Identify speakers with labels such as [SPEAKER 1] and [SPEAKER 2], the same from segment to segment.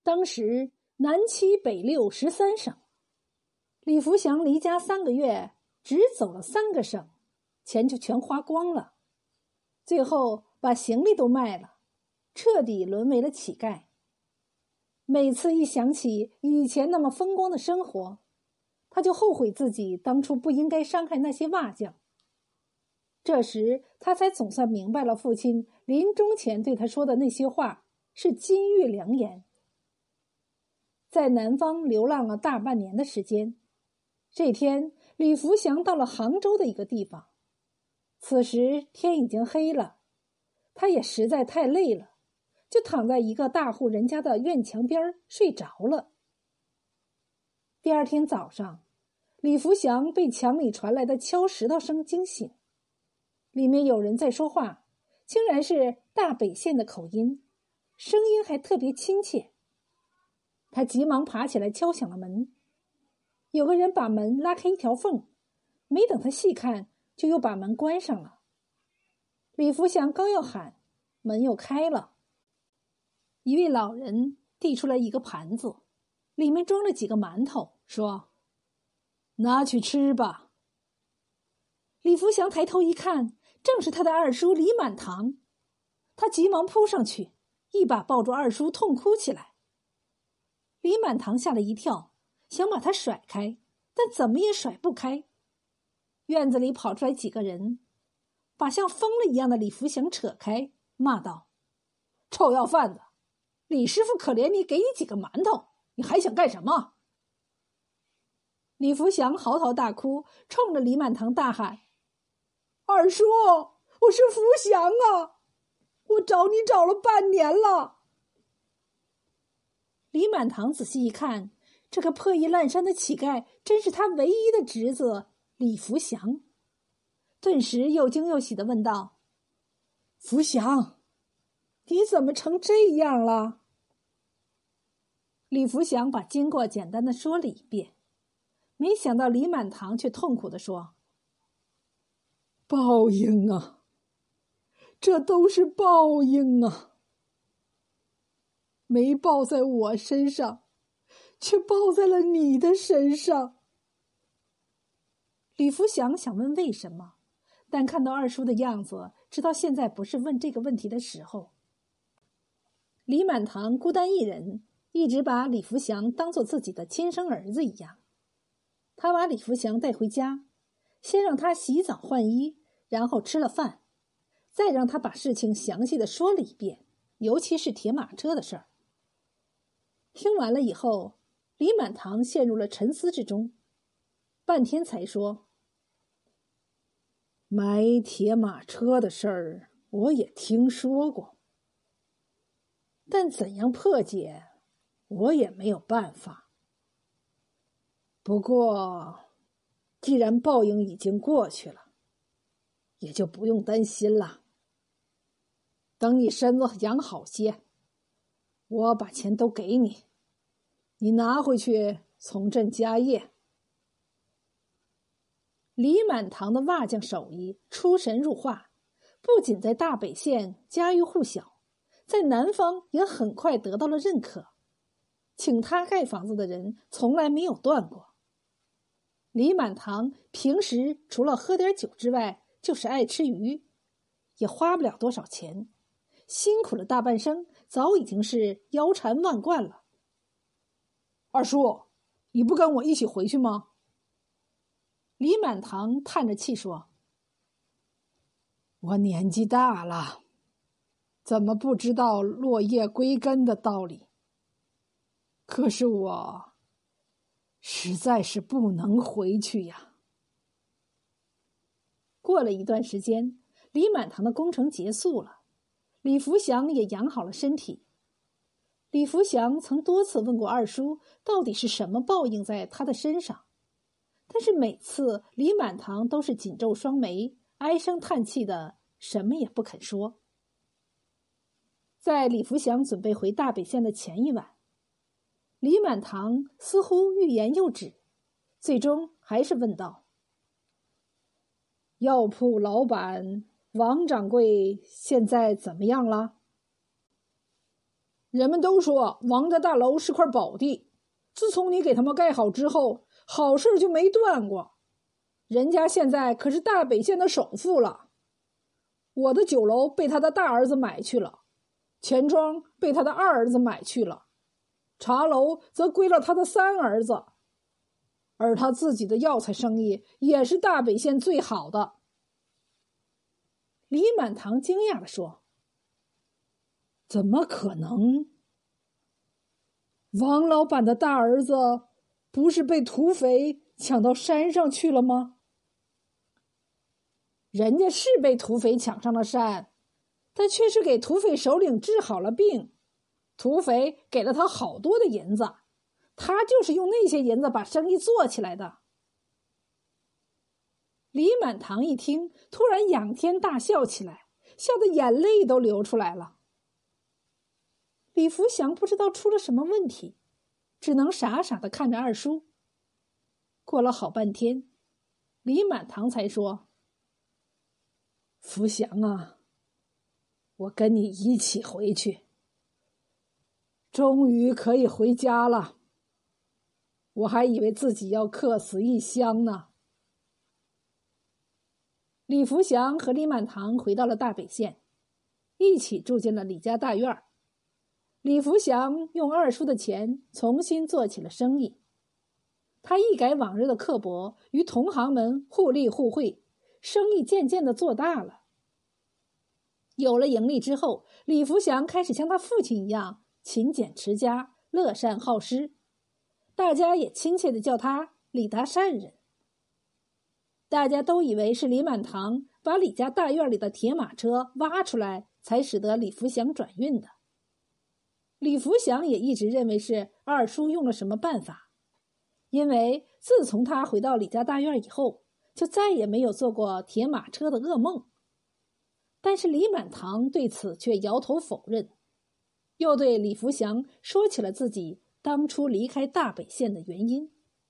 [SPEAKER 1] 当时南七北六13省，李福祥离家3个月，只走了3个省，钱就全花光了，最后把行李都卖了，彻底沦为了乞丐。每次一想起以前那么风光的生活，他就后悔自己当初不应该伤害那些瓦匠。这时他才总算明白了父亲临终前对他说的那些话是金玉良言。在南方流浪了大半年的时间，这天李福祥到了杭州的一个地方，此时天已经黑了，他也实在太累了，就躺在一个大户人家的院墙边睡着了。第二天早上，李福祥被墙里传来的敲石头声惊醒，里面有人在说话，竟然是大北县的口音，声音还特别亲切。他急忙爬起来敲响了门，有个人把门拉开一条缝，没等他细看，就又把门关上了。李福祥刚要喊，门又开了，一位老人递出来一个盘子，里面装了几个馒头，说：“拿去吃吧。”李福祥抬头一看，正是他的二叔李满堂，他急忙扑上去，一把抱住二叔，痛哭起来。李满堂吓了一跳，想把他甩开，但怎么也甩不开。院子里跑出来几个人，把像疯了一样的李福祥扯开，骂道：“臭要饭的，李师傅可怜你，给你几个馒头，你还想干什么？”李福祥嚎啕大哭，冲着李满堂大喊：“二叔，我是福祥啊，我找你找了半年了。”李满堂仔细一看，这个破衣烂衫的乞丐真是他唯一的侄子李福祥，顿时又惊又喜地问道：“福祥，你怎么成这样了？”李福祥把经过简单地说了一遍，没想到李满堂却痛苦地说：“报应啊，这都是报应啊！没报在我身上，却报在了你的身上。”李福祥想问为什么，但看到二叔的样子，知道现在不是问这个问题的时候。李满堂孤单一人，一直把李福祥当作自己的亲生儿子一样。他把李福祥带回家，先让他洗澡换衣，然后吃了饭，再让他把事情详细的说了一遍，尤其是铁马车的事儿。听完了以后，李满堂陷入了沉思之中，半天才说：“买铁马车的事儿我也听说过，但怎样破解，我也没有办法。不过，既然报应已经过去了，也就不用担心了。等你身子养好些，我把钱都给你，你拿回去从振家业。”李满堂的瓦匠手艺出神入化，不仅在大北县家喻户晓，在南方也很快得到了认可，请他盖房子的人从来没有断过。李满堂平时除了喝点酒之外，就是爱吃鱼，也花不了多少钱，辛苦了大半生，早已经是腰缠万贯了。“二叔，你不跟我一起回去吗？”李满堂叹着气说：“我年纪大了，怎么不知道落叶归根的道理？可是我实在是不能回去呀。”过了一段时间，李满堂的工程结束了，李福祥也养好了身体。李福祥曾多次问过二叔，到底是什么报应在他的身上，但是每次李满堂都是紧皱双眉，唉声叹气的，什么也不肯说。在李福祥准备回大北县的前一晚，李满堂似乎欲言又止，最终还是问道：“药铺老板王掌柜现在怎么样了？” 人们都说王家大楼是块宝地，自从你给他们盖好之后，好事就没断过。人家现在可是大北县的首富了。我的酒楼被他的大儿子买去了，钱庄被他的二儿子买去了，茶楼则归了他的三儿子，而他自己的药材生意也是大北县最好的。李满堂惊讶地说：“怎么可能？王老板的大儿子不是被土匪抢到山上去了吗？”人家是被土匪抢上了山，但却是给土匪首领治好了病，土匪给了他好多的银子，他就是用那些银子把生意做起来的。李满堂一听，突然仰天大笑起来，笑得眼泪都流出来了。李福祥不知道出了什么问题，只能傻傻地看着二叔。过了好半天，李满堂才说：“福祥啊，我跟你一起回去。终于可以回家了，我还以为自己要客死异乡呢。”李福祥和李满堂回到了大北县，一起住进了李家大院。李福祥用二叔的钱重新做起了生意，他一改往日的刻薄，与同行们互利互惠，生意渐渐地做大了。有了盈利之后，李福祥开始像他父亲一样勤俭持家，乐善好施，大家也亲切地叫他李大善人。大家都以为是李满堂把李家大院里的铁马车挖出来，才使得李福祥转运的。李福祥也一直认为是二叔用了什么办法，因为自从他回到李家大院以后，就再也没有做过铁马车的噩梦。但是李满堂对此却摇头否认，又对李福祥说起了自己当初离开大北县的原因。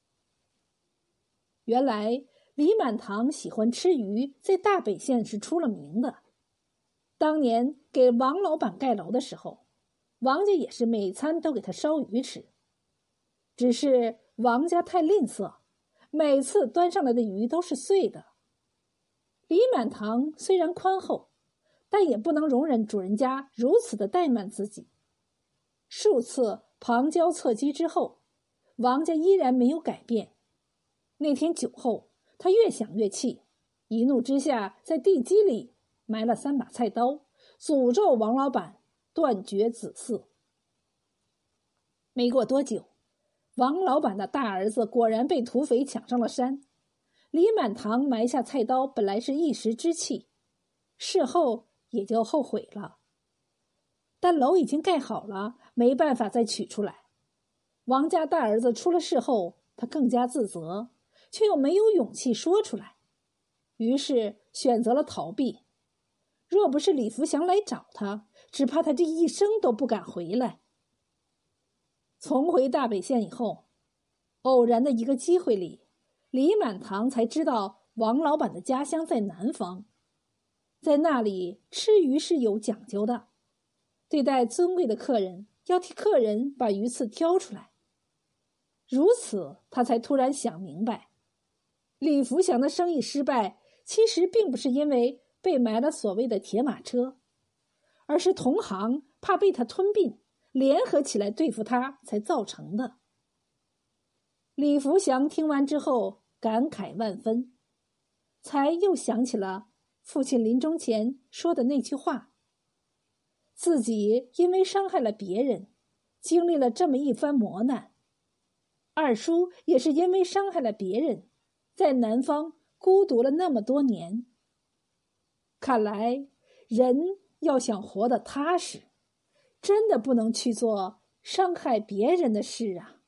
[SPEAKER 1] 原来李满堂喜欢吃鱼，在大北县是出了名的。当年给王老板盖楼的时候，王家也是每餐都给他烧鱼吃。只是王家太吝啬，每次端上来的鱼都是碎的。李满堂虽然宽厚，但也不能容忍主人家如此的怠慢自己。数次旁敲侧击之后，王家依然没有改变。那天酒后，他越想越气，一怒之下在地基里埋了3把菜刀，诅咒王老板断绝子嗣。没过多久，王老板的大儿子果然被土匪抢上了山。李满堂埋下菜刀本来是一时之气，事后也就后悔了。但楼已经盖好了，没办法再取出来。王家大儿子出了事后，他更加自责，却又没有勇气说出来，于是选择了逃避。若不是李福祥来找他，只怕他这一生都不敢回来。重回大北县以后，偶然的一个机会里，李满堂才知道王老板的家乡在南方，在那里吃鱼是有讲究的，对待尊贵的客人要替客人把鱼刺挑出来。如此，他才突然想明白，李福祥的生意失败，其实并不是因为被埋了所谓的铁马车，而是同行怕被他吞并，联合起来对付他才造成的。李福祥听完之后感慨万分，才又想起了父亲临终前说的那句话：自己因为伤害了别人，经历了这么一番磨难；二叔也是因为伤害了别人，在南方孤独了那么多年。看来人要想活得踏实，真的不能去做伤害别人的事啊。